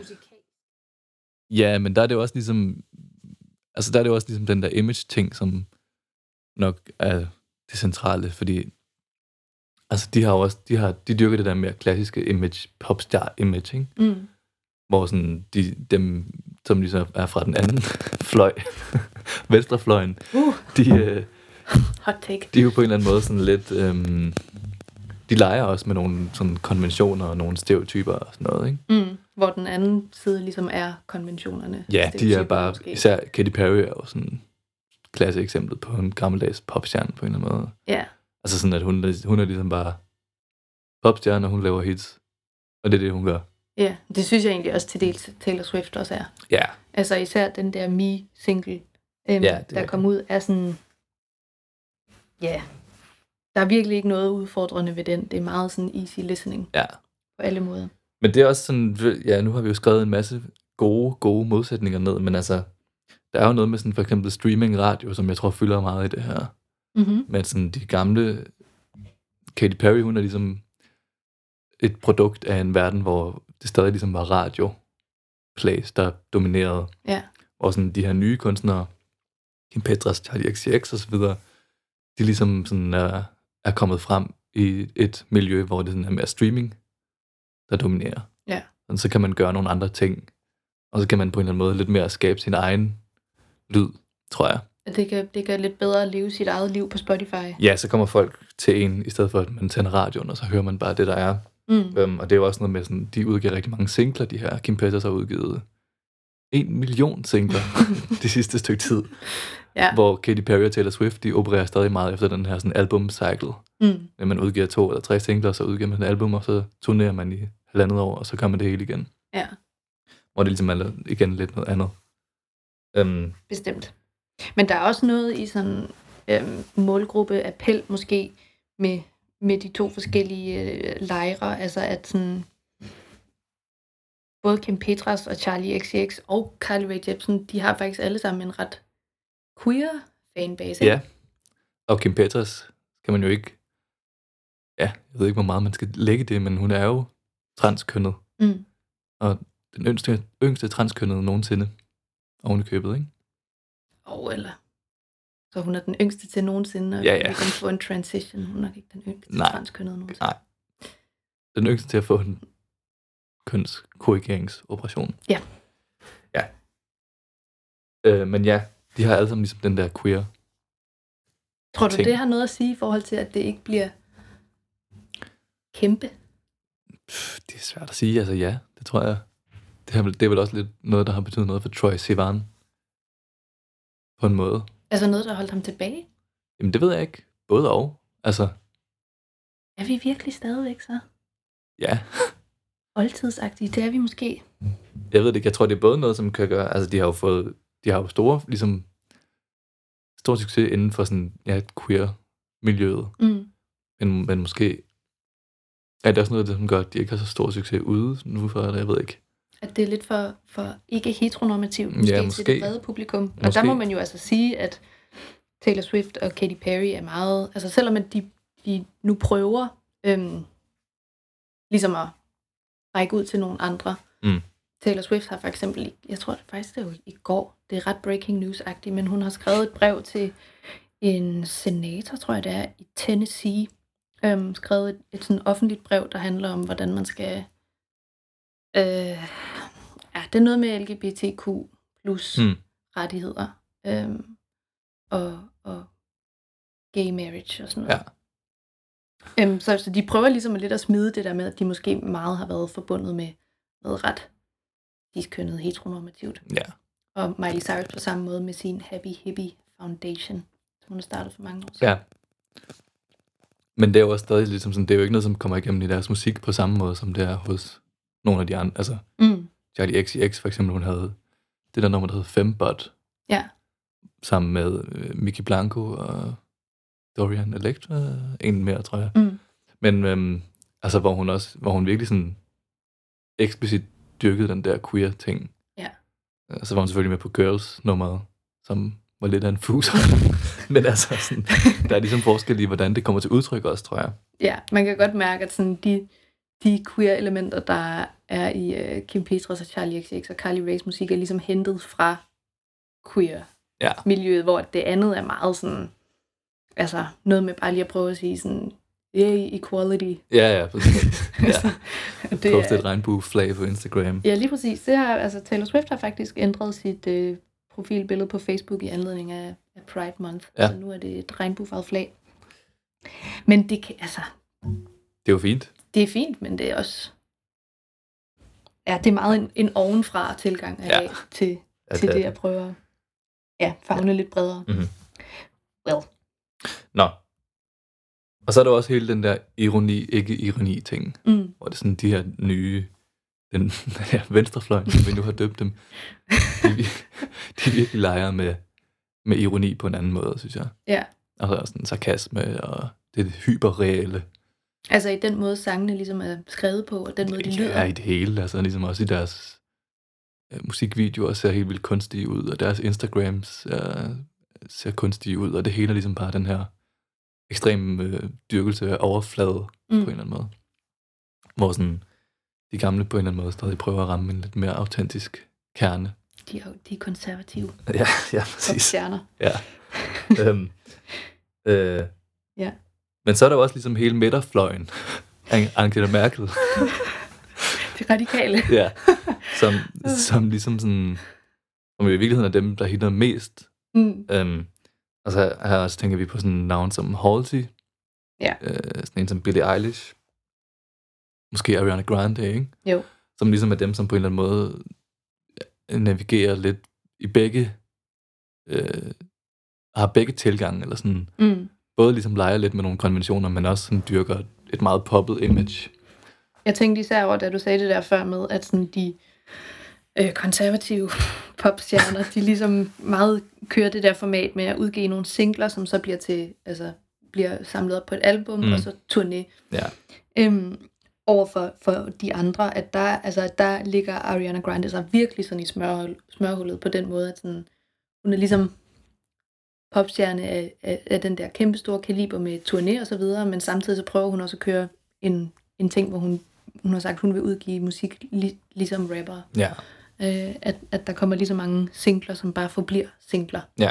Ja, men der er det jo også ligesom, altså der er det jo også ligesom den der image-ting, som nok er det centrale, fordi altså de har jo også, de har, de dyrker det der mere klassiske image, popstar image, ikke? Mm. Hvor sådan, de, dem, som ligesom er fra den anden fløj, venstrefløjen, Uh. de, øh, Hot take. de er jo på en eller anden måde sådan lidt, øhm, de leger også med nogle sådan konventioner og nogle stereotyper og sådan noget, ikke? Mm. Hvor den anden side ligesom er konventionerne. Ja, de er bare, måske. især Katy Perry er jo sådan klasse eksempel på en gammeldags popstjerne på en eller anden måde. Ja. Altså sådan, at hun, hun er ligesom bare popstjerne, og hun laver hits. Og det er det, hun gør. Ja, det synes jeg egentlig også til dels Taylor Swift også er. Ja. Altså især den der Me-single, øhm, Ja, der kom ud, er sådan, ja, der er virkelig ikke noget udfordrende ved den. Det er meget sådan easy listening Ja. på alle måder. Men det er også sådan, ja, nu har vi jo skrevet en masse gode, gode modsætninger ned, men altså, der er jo noget med sådan for eksempel streaming radio, som jeg tror fylder meget i det her. Mm-hmm. Men sådan de gamle, Katy Perry, hun er ligesom et produkt af en verden, hvor det stadig ligesom var radio plays, der dominerede. Ja. Og sådan de her nye kunstnere, Kim Petras, Charlie X C X og så videre, de ligesom sådan er, er kommet frem i et miljø, hvor det sådan er mere streaming, der dominerer. Ja. Og så kan man gøre nogle andre ting, og så kan man på en eller anden måde lidt mere skabe sin egen lyd, tror jeg. Det kan, det kan lidt bedre at leve sit eget liv på Spotify. Ja, så kommer folk til en, i stedet for at man tænder radioen, og så hører man bare det, der er. Mm. Um, og det er jo også noget med sådan, de udgiver rigtig mange singler, de her. Kim Petras har udgivet en million singler de sidste stykke tid. Ja. Hvor Katy Perry og Taylor Swift, de opererer stadig meget efter den her sådan album-cycle. Mm. Når man udgiver to eller tre singler, så udgiver man et album, og så turnerer man i halvandet år, og så kommer det hele igen. Ja. Hvor det ligesom er igen lidt noget andet. Um, Bestemt. Men der er også noget i sådan øhm, målgruppe appel måske med, med de to forskellige øh, lejre. Altså at sådan både Kim Petras og Charlie X C X og Carly Rae Jepsen, de har faktisk alle sammen en ret queer fanbase. ja. Og Kim Petras kan man jo ikke... Ja, jeg ved ikke, hvor meget man skal lægge det, men hun er jo transkønnet. Mm. Og den yngste, yngste transkønnede nogensinde oven i købet, ikke? Og eller så hun er den yngste til nogensinde, og Ja, ja. vi kan få en transition. Hun er nok ikke den yngste Nej. transkønnede nogensinde. Nej. Den yngste til at få en kønskorrigeringsoperation. Ja. Ja. Øh, men ja, de har alle sammen ligesom den der queer. Tror du, ting. det har noget at sige i forhold til, at det ikke bliver kæmpe? Pff, det er svært at sige, altså ja, det tror jeg. Det, har, det er vel også lidt noget, der har betydet noget for Troye Sivan. På en måde. Altså noget, der holdt ham tilbage? Jamen det ved jeg ikke. Både og. Altså, Er vi virkelig stadigvæk så ja. oldtidsagtige? Det er vi måske. Jeg ved det ikke. Jeg tror, det er både noget, som kan gøre... Altså, de har jo fået... De har jo store, ligesom... Stor succes inden for sådan... Ja, queer-miljøet. Mm. Men, men måske... Er det også noget, der som gør, at de ikke har så stor succes ude nu for det? Jeg ved ikke. At det er lidt for, for ikke heteronormativt, måske, Ja, måske til det måske. brede publikum. Og Måske. der må man jo altså sige, at Taylor Swift og Katy Perry er meget... Altså selvom at de, de nu prøver øhm, ligesom at række ud til nogle andre. Mm. Taylor Swift har for eksempel, jeg tror det faktisk det var i går, det er ret breaking news-agtigt, men hun har skrevet et brev til en senator, tror jeg det er, i Tennessee. Øhm, skrevet et, et sådan offentligt brev, der handler om, hvordan man skal... Øh, ja, det er noget med L G B T Q plus Mm. rettigheder. Øhm, og, og gay marriage og sådan noget. Ja. Øhm, så, så de prøver ligesom lidt at smide det der med, at de måske meget har været forbundet med noget ret diskønnet heteronormativt. Ja. Og Miley Cyrus på samme måde med sin Happy Hippie Foundation, som hun har startet for mange år siden. Ja. Men det er jo også stadig ligesom sådan, det er jo ikke noget, som kommer igennem i deres musik på samme måde, som det er hos nogle af de andre. Altså, Mm. Charlie X C X for eksempel, hun havde det der nummer, der hed Fembot, Ja. sammen med øh, Mickey Blanco og Dorian Electra, en mere, tror jeg. Mm. Men øhm, altså, hvor hun også, hvor hun virkelig sådan eksplicit dyrkede den der queer ting. Ja. Øh, Så var hun selvfølgelig med på Girls-nummeret, som var lidt af en fuser. Men altså, sådan, der er ligesom forskel i, hvordan det kommer til udtryk også, tror jeg. Ja, man kan godt mærke, at sådan de, de queer-elementer, der er i uh, Kim Petras og Charlie X C X og Carly Raes musik, er ligesom hentet fra queer-miljøet, Ja. hvor det andet er meget sådan, altså noget med bare lige at prøve at sige sådan, yeah, equality. Ja, ja, præcis. Ja. Det Postet er, et regnbueflag på Instagram. ja, lige præcis. Det har, altså, Taylor Swift har faktisk ændret sit øh, profilbillede på Facebook i anledning af, af Pride Month. Ja. Så nu er det et regnbuefarvet flag. Men det kan, altså, Det er jo fint. det er fint, men det er også, ja, det er meget en, en ovenfra tilgang af Ja. til, Ja, til det er det at prøve at ja, favne ja. lidt bredere. Mhm. Well. Nå. Og så er der også hele den der ironi, ikke-ironi ting, Mm. hvor det er sådan de her nye, den ja, venstrefløjen, som vi nu har døbt dem, de, de virkelig leger med, med ironi på en anden måde, synes jeg. Ja. Altså sådan sarkasme og det hyperreelle. Altså i den måde, sangene ligesom er skrevet på, og den måde, de lyder. Ja, i det hele. Altså ligesom også i deres øh, musikvideoer ser helt vildt kunstige ud, og deres Instagrams øh, ser kunstige ud, og det hele er ligesom bare den her ekstreme øh, dyrkelse af overflade mm. Mm. på en eller anden måde. Hvor sådan de gamle på en eller anden måde stadig prøver at ramme en lidt mere autentisk kerne. De er, jo- de er konservative. Ja, ja, præcis. Stjerner. Ja. øhm, øh, Ja. Men så er der jo også ligesom hele midterfløjen. Ang- Angela Merkel. Det radikale. Ja. Som, som ligesom sådan, som i virkeligheden er dem, der hitter mest. Mm. Øhm, og så her også tænker vi på sådan en navn som Halsey. Ja. Øh, sådan en som Billie Eilish. Måske Ariana Grande, ikke? Jo. Som ligesom er dem, som på en eller anden måde navigerer lidt i begge, øh, har begge tilgange, eller sådan, Mm. både ligesom leger lidt med nogle konventioner, men også sådan dyrker et meget poppet image. Jeg tænkte især over, da du sagde det der før med, at sådan de øh, konservative popstjerner, de ligesom meget kører det der format med at udgive nogle singler, som så bliver til, altså bliver samlet op på et album, Mm. mm. og så turné. Ja. Øhm, over for, for de andre, at der, altså, der ligger Ariana Grande så virkelig sådan i smørhul, smørhullet på den måde, at sådan, hun er ligesom popstjerne af, af, af den der kæmpe store kaliber med turné og så videre, men samtidig så prøver hun også at køre en, en ting, hvor hun, hun har sagt, at hun vil udgive musik li, ligesom rapper. Ja. Øh, at, at der kommer lige så mange singler, som bare forbliver singler. Ja.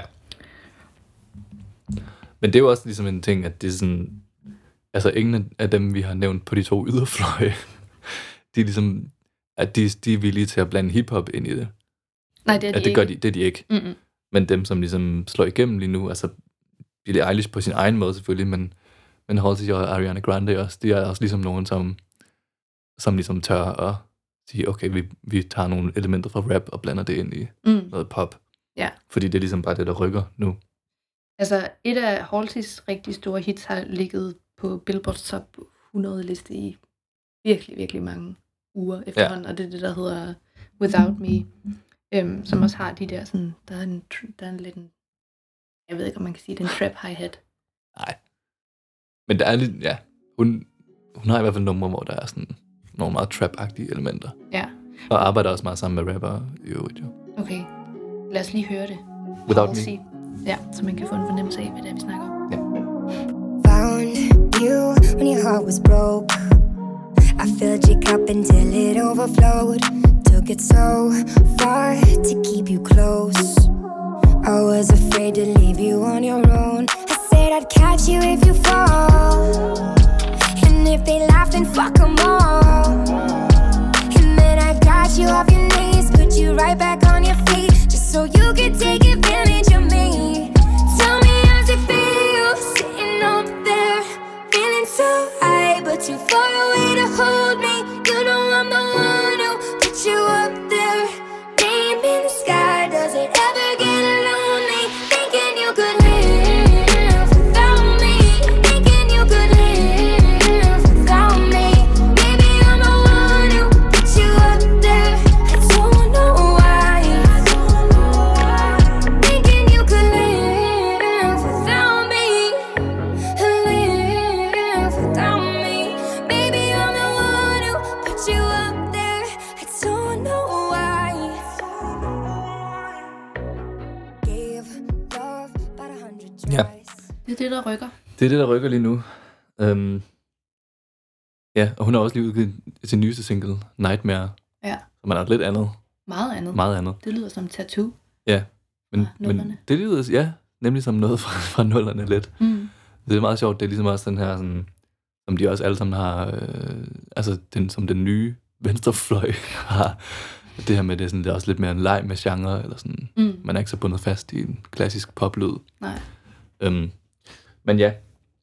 Men det er jo også ligesom en ting, at det er sådan, altså ingen af dem, vi har nævnt på de to yderfløje, de er ligesom, at de, de er villige til at blande hiphop ind i det. Nej, det er de At det ikke. gør de, det er de ikke. Mm-mm. Men dem, som ligesom slår igennem lige nu, altså Billie Eilish på sin egen måde selvfølgelig, men, men Halsey og Ariana Grande også, de er også ligesom nogen, som, som ligesom tør at sige, okay, vi, vi tager nogle elementer fra rap og blander det ind i Mm. noget pop. Ja. Fordi det er ligesom bare det, der rykker nu. Altså, et af Halseys rigtig store hits har ligget på Billboards top hundrede liste i virkelig, virkelig mange uger efterhånden, ja. Og det er det, der hedder Without Me, øhm, som også har de der sådan, der er en, tr- der er en lidt en, jeg ved ikke, om man kan sige, det er en trap hi-hat. Nej. Men der er lidt, ja, hun, hun har i hvert fald numre, hvor der er sådan nogle meget trap-agtige elementer. Ja, Og arbejder også meget sammen med rapper i øvrigt, jo. okay. Lad os lige høre det. Without Halsey. Me. Ja, så man kan få en fornemmelse af, hvad det er, vi snakker om. Found you when your heart was broke. I filled your cup until it overflowed. Took it so far to keep you close. I was afraid to leave you on your own. I said I'd catch you if you fall. And if they laugh, then fuck them all. And then I got you off your knees, put you right back on your feet, just so you could take advantage of me. Tell me how's it feel, sitting up there, feeling so high, but too far away to hold me. You know I'm the one who put you up there, name in the sky. Does it ever get lonely, thinking you could live without me? Ja. Det er det, der rykker. Det er det, der rykker lige nu. Um, ja, og hun har også lige udgivet sin nyeste single, Nightmare. Ja. Som er noget lidt andet. Meget andet. Meget andet. Det lyder som Tattoo. Ja, men, Fra nullerne. men det lyder, ja, nemlig som noget fra, fra nullerne lidt. Mm. Det er meget sjovt, det er ligesom også den her, sådan, som de også alle sammen har, øh, altså den, som den nye venstrefløj har. Det her med, det er, sådan, det er også lidt mere en leg med genre, eller sådan, Mm. man er ikke så bundet fast i en klassisk poplyd. Nej. Um, men ja,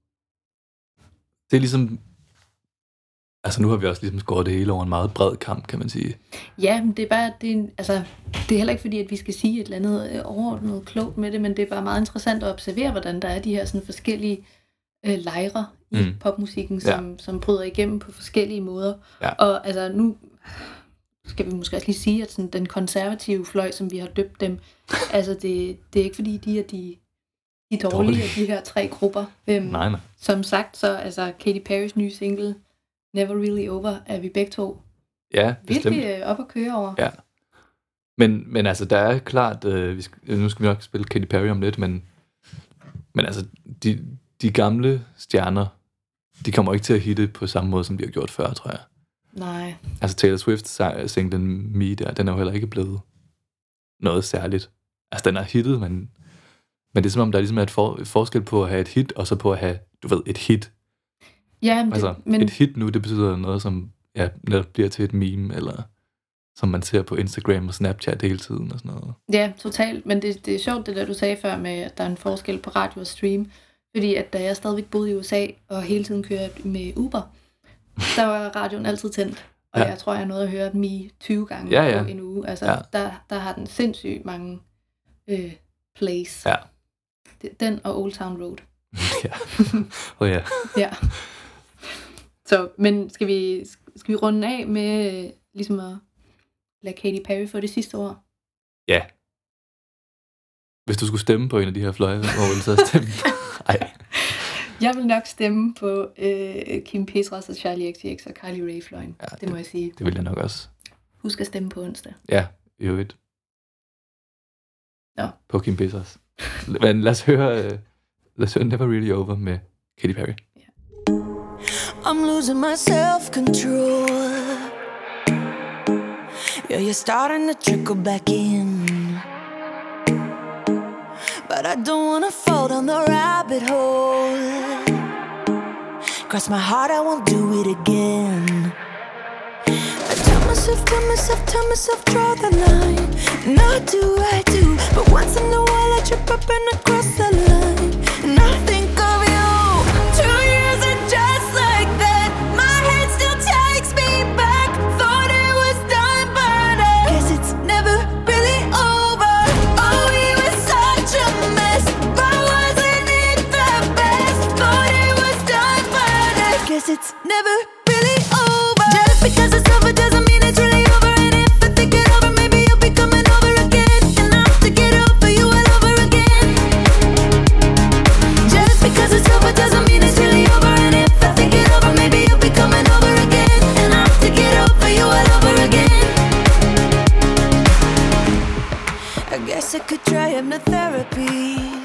det er ligesom, altså nu har vi også ligesom skåret det hele over en meget bred kamp, kan man sige. Ja, men det er bare, det er, en- altså, det er heller ikke fordi, at vi skal sige et eller andet øh, overordnet klogt med det, men det er bare meget interessant at observere, hvordan der er de her sådan forskellige øh, lejre i Mm. popmusikken, som, ja. som bryder igennem på forskellige måder. Ja. Og altså nu skal vi måske også lige sige, at sådan, den konservative fløj, som vi har døbt dem, altså det, det er ikke fordi, de er de, de dårlige Dårlige. af de her tre grupper. Øhm, Nej, nej. Som sagt, så altså Katy Perrys nye single, Never Really Over, er vi begge to Ja, bestemt. virkelig øh, op at køre over. Ja. Men, men altså, der er klart, øh, vi skal, nu skal vi nok spille Katy Perry om lidt, men, men altså, de, de gamle stjerner, de kommer ikke til at hitte på samme måde, som de har gjort før, tror jeg. Nej. Altså Taylor Swift singlen Me der, den er jo heller ikke blevet noget særligt. Altså, den er hittet, men, men det er som om, der ligesom er et, for, et forskel på at have et hit, og så på at have, du ved, et hit. Ja, men, Altså, det, men et hit nu, det betyder noget, som ja, netop bliver til et meme, eller som man ser på Instagram og Snapchat hele tiden og sådan noget. ja, totalt. Men det, det er sjovt, det der du sagde før med, at der er en forskel på radio og stream. Fordi at da jeg stadigvæk boede i U S A og hele tiden kørte med Uber, der var radioen altid tændt. Og Ja. jeg tror, jeg nåede at høre Me tyve gange Ja, ja. på en uge. Altså, Ja. der, der har den sindssygt mange øh, plays. Ja. Det- Den og Old Town Road. Ja. Oh, ja. Ja. Så, men skal vi, skal vi runde af med øh, ligesom at lade Katy Perry få det sidste ord? Ja. Hvis du skulle stemme på en af de her fløje, hvor ville du så stemme? Ej. Jeg vil nok stemme på øh, Kim Petras og Charlie X C X og Carly Rae fløjen. Ja, Ja, det må jeg sige. Det vil jeg nok også. Husk at stemme på onsdag. Ja, i øvrigt. Nå. På Kim Petras. Men lad os høre, uh, lad os høre Never Really Over med Katy Perry. I'm losing my self-control. Yeah, you're starting to trickle back in, but I don't wanna fall down the rabbit hole. Cross my heart, I won't do it again. I tell myself, tell myself, tell myself, draw the line. Not do I do, but once in a while I trip up and I cross the line. And I think of you. Two years are just like that. My head still takes me back. Thought it was done, but I guess it's never really over. Oh, we were such a mess, but wasn't it the best? Thought it was done, but I guess it's never really over. Just because it's over doesn't mean it's really over. And if I think it over, maybe you'll be coming over again. And I have to get over you all over again. Just because it's over doesn't mean it's really over. And if I think it over, maybe you'll be coming over again. And I have to get over you all over again. I guess I could try hypnotherapy.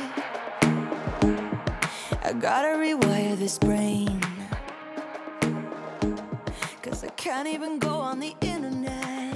I gotta rewire this brain, 'cause I can't even go on the internet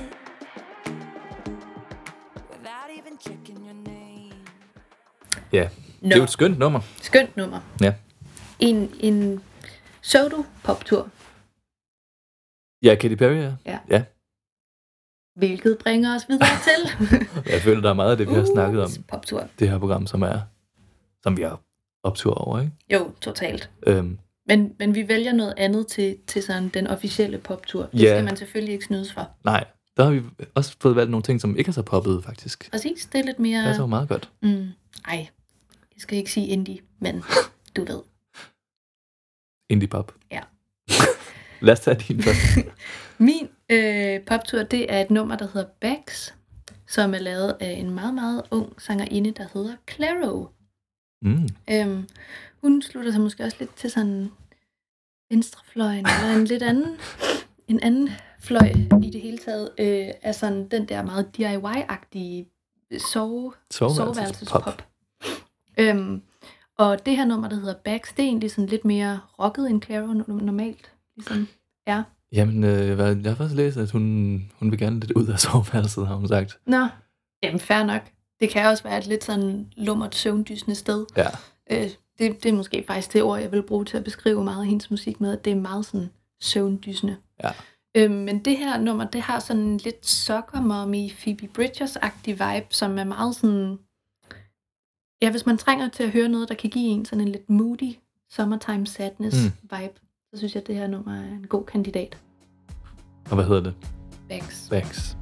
without even checking your name. Ja, det er jo et skønt nummer. Skønt nummer. Ja. En, en pseudo-poptur, Ja, Katy Perry, ja. Ja. ja. hvilket bringer os videre til Jeg føler, der er meget af det, vi har snakket om. poptur. Det her program, som er, som vi har optur over, ikke? Jo, totalt. Øhm, Men, men vi vælger noget andet til, til sådan den officielle poptur. Det Ja. skal man selvfølgelig ikke snydes for. nej, der har vi også fået valgt nogle ting, som ikke er så poppet, faktisk. Præcis, det er lidt mere... Det er så meget godt. Mm, ej, jeg skal ikke sige indie, men du ved. Indie pop. Ja. Lad os tage din først. Min øh, poptur, det er et nummer, der hedder Bags, som er lavet af en meget, meget ung sangerinde, der hedder Clairo. Mm. Øhm, hun slutter sig måske også lidt til sådan venstrefløjen, eller en lidt anden, en anden fløj i det hele taget, øh, af sådan den der meget D I Y-agtige sove, Soveværelsespop. soveværelsespop. Øhm, Og det her nummer, der hedder Bags, det er egentlig sådan lidt mere rocket end Clairo normalt ligesom er. Jamen, øh, jeg har faktisk læst, at hun, hun vil gerne lidt ud af soveværelset, har hun sagt. Nå, jamen fair nok. Det kan også være et lidt sådan lummert, søvndysende sted. Ja. Øh, det, det er måske faktisk det ord, jeg vil bruge til at beskrive meget af hendes musik med, at det er meget sådan søvndysende. Ja. Øh, men det her nummer, det har sådan en lidt Soccer Mommy, Phoebe Bridgers-agtig vibe, som er meget sådan... Ja, hvis man trænger til at høre noget, der kan give en sådan en lidt moody summertime sadness mm. vibe, så synes jeg, at det her nummer er en god kandidat. Og hvad hedder det? Bags. Bags.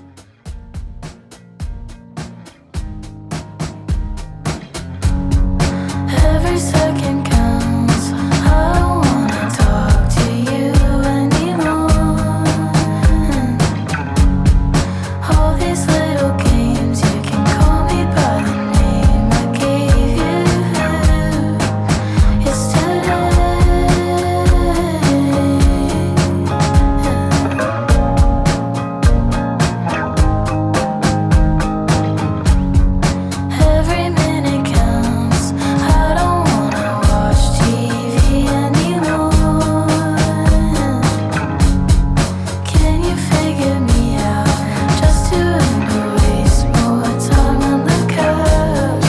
Every second counts. I don't wanna talk to you anymore. All these little games, you can call me by the name I gave you yesterday. Every minute counts. I don't wanna watch T V anymore. Can you figure me out just to waste more time on the couch?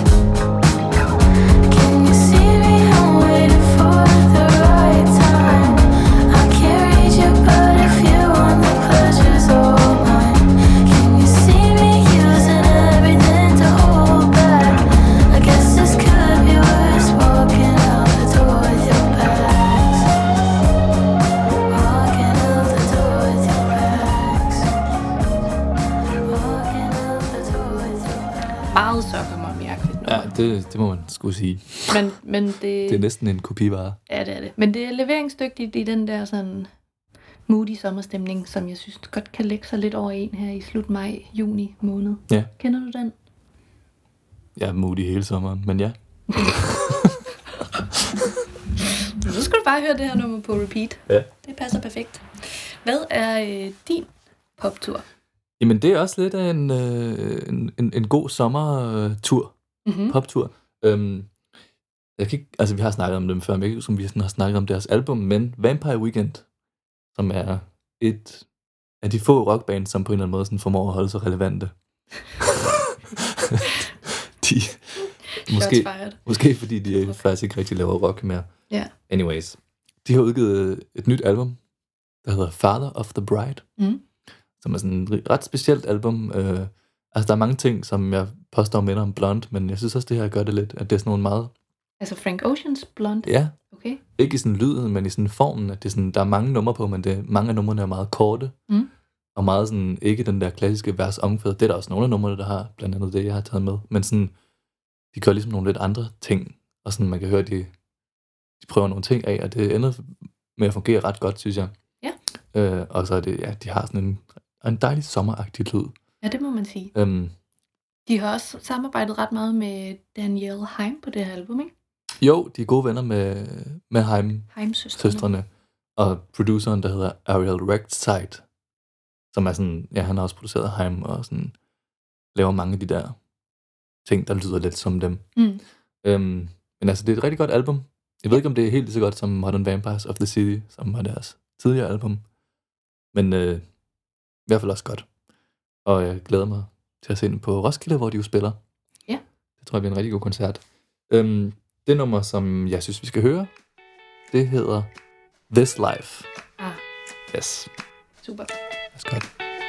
Can you see me? I'm waiting for the right time. I can't reach you, but if you want the pleasure's all mine. Can you see me using everything to hold back? I guess this could be worse. Walking out the door with your bags. Walking out the door with your bags. Walking out the door with your bags. Meget Soccer Mommy-agtigt nummer. Ja, det, det må man skulle sige. Men, men det, Det er næsten en kopivare. ja, det er det. Men det er leveringsdygtigt i den der sådan moody sommerstemning, som jeg synes godt kan lægge sig lidt over en her i slut maj, juni måned. Ja. Kender du den? Jeg er moody hele sommeren, men ja. Så skal du bare høre det her nummer på repeat. Ja. Det passer perfekt. Hvad er øh, din poptur? Jamen, det er også lidt af en, øh, en, en, en god sommertur. Mm-hmm. Poptur. Øhm, jeg kan ikke, altså, vi har snakket om dem før, men jeg kan ikke huske, om vi sådan har snakket om deres album, men Vampire Weekend, som er et af de få rockbands, som på en eller anden måde sådan formår at holde sig relevante. de, måske, måske fordi de faktisk ikke rigtig laver rock mere. Ja. Anyways. De har udgivet et nyt album, der hedder Father of the Bride, Mm. som er sådan et ret specielt album. Øh, altså, der er mange ting, som jeg påstår minder om Blonde, men jeg synes også, det her gør det lidt, at det er sådan nogle meget... Altså Frank Oceans Blonde? Ja, Okay. ikke i sådan lyden, men i sådan formen, at det er sådan, der er mange numre på, men det, mange af numrene er meget korte, Mm. og meget sådan, ikke den der klassiske vers omkvæd. Det er der også nogle af numrene, der har, blandt andet det, jeg har taget med, men sådan, de gør ligesom nogle lidt andre ting, og sådan, man kan høre, at de, de prøver nogle ting af, og det ender med at fungere ret godt, synes jeg. Ja. Øh, og så er det, ja, de har sådan en, en dejlig sommeragtig lyd. Ja, det må man sige. Øhm, De har også samarbejdet ret meget med Danielle Haim på det her album, ikke? jo, de er gode venner med, med Haim, Haim-søstrene. søstrene, og produceren, der hedder Ariel Rechtside, som er sådan, ja, han har også produceret Haim, og sådan, laver mange af de der ting, der lyder lidt som dem. Mm. Øhm, men altså, det er et rigtig godt album. Jeg ved ikke, om det er helt lige så godt som Modern Vampires of the City, som var deres tidligere album. Men øh, i hvert fald også godt. Og jeg glæder mig til at se den på Roskilde, hvor de jo spiller. Ja. Det tror jeg bliver en rigtig god koncert. Øhm, det nummer, som jeg synes, vi skal høre, det hedder This Life. Ah, Yes. super. That's godt.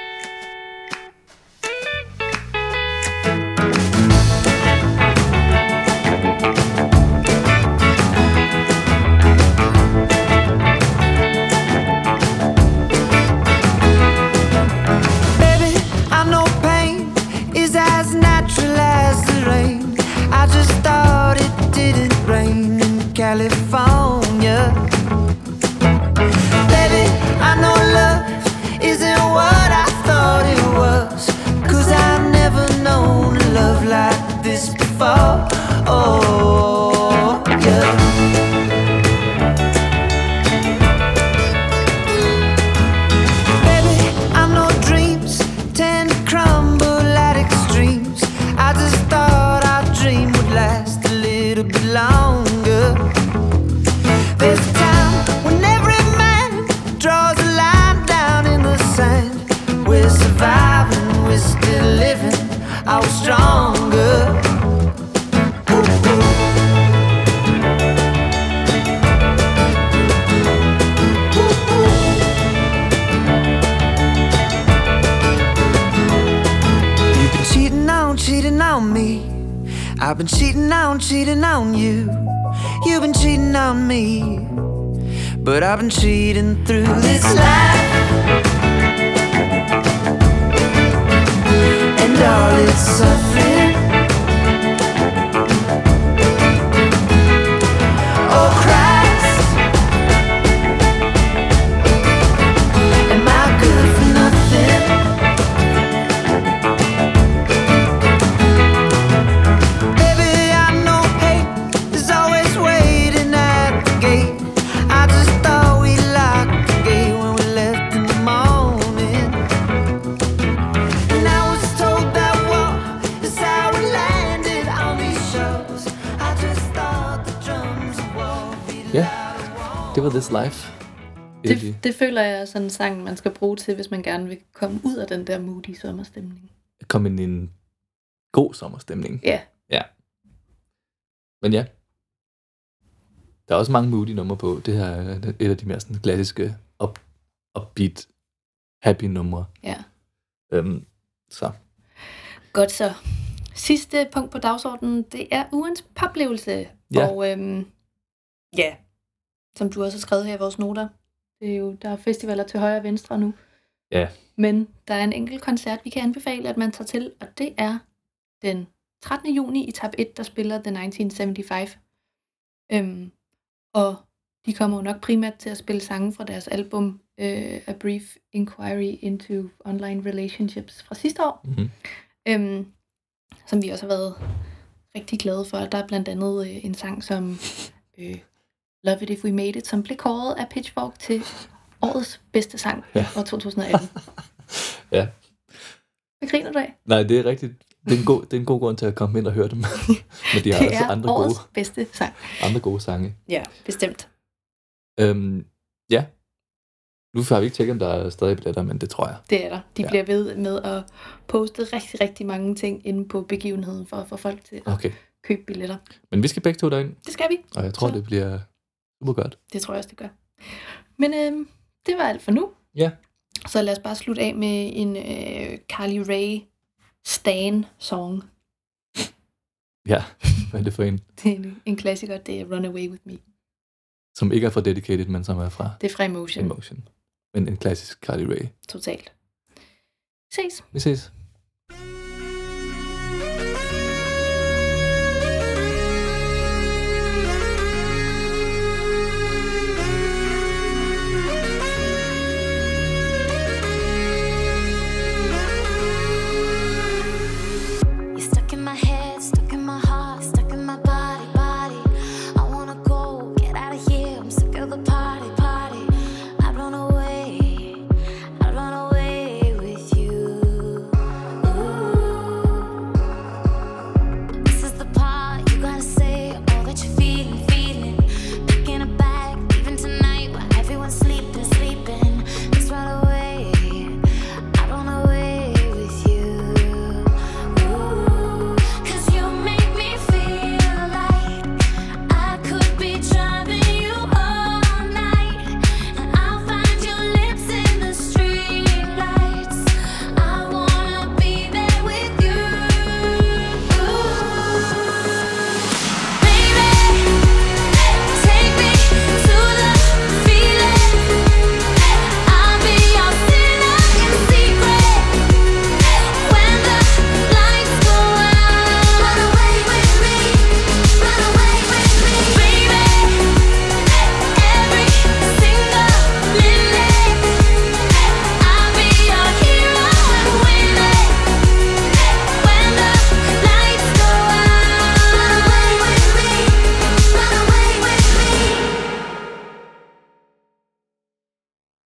Baby, I know pain is as natural as the rain. I just thought it didn't rain in California. Baby, I know love isn't what I thought it was, 'cause I've never known a love like this before. Oh, yeah. Baby, I know dreams tend to crumble at extremes. I just thought our dream would last a little bit I've been cheating on, cheating on you. You've been cheating on me. But I've been cheating through this life, and all its suffering. Oh Christ, am I good for nothing? Baby, I know hate is always waiting at the gate. I just thought we locked the gate when we left in the morning. And I was told that war is how we landed on these shows. I just thought the drums of war beat Ja, loud as war. det var This Life. Et af de- Det, det føler jeg er sådan en sang, man skal bruge til, hvis man gerne vil komme ud af den der moody sommerstemning. Kom ind i en god sommerstemning. Ja, Ja. Men ja. Der er også mange moody numre på. Det her er et af de mere sådan klassiske up, upbeat, happy numre. ja. Øhm, så. Godt så. Sidste punkt på dagsordenen, det er ugens poplevelse. Ja. Og øhm, ja, som du også har skrevet her i vores noter, det er jo, der er festivaler til højre og venstre nu. Ja. Men der er en enkelt koncert, vi kan anbefale, at man tager til, og det er den trettende juni i tab et, der spiller The nitten femoghalvfems. Øhm, og de kommer jo nok primært til at spille sange fra deres album øh, A Brief Inquiry into Online Relationships fra sidste år. Mm-hmm. Øhm, som vi også har været rigtig glade for. Der er blandt andet øh, en sang som øh, Love It If We Made It, som blev kåret af Pitchfork til årets bedste sang Ja. fra to tusind og atten. Ja. Hvad griner du af? Nej, det er rigtigt. Det er en god, det er en god grund til at komme ind og høre dem. Men de har Det også er andre årets gode, bedste sang. andre gode sange. Ja, bestemt. Øhm, ja. Nu har vi ikke tjekket, om der er stadig billetter, men det tror jeg. Det er der. De Ja. bliver ved med at poste rigtig, rigtig mange ting inde på begivenheden for at få folk til at Okay. købe billetter. Men vi skal begge to derind, Det skal vi. og jeg tror, Så. det bliver super godt. Det tror jeg også, det gør. Men øh, det var alt for nu. Ja. Så lad os bare slutte af med en øh, Carly Rae Stan-song. Ja, hvad er det for en? Det er en, en klassiker, det er Run Away With Me. Som ikke er fra Dedicated, men som er fra Det er fra Emotion. Emotion. Men en klassisk Carly Rae. Totalt. Ses. Vi ses. Thank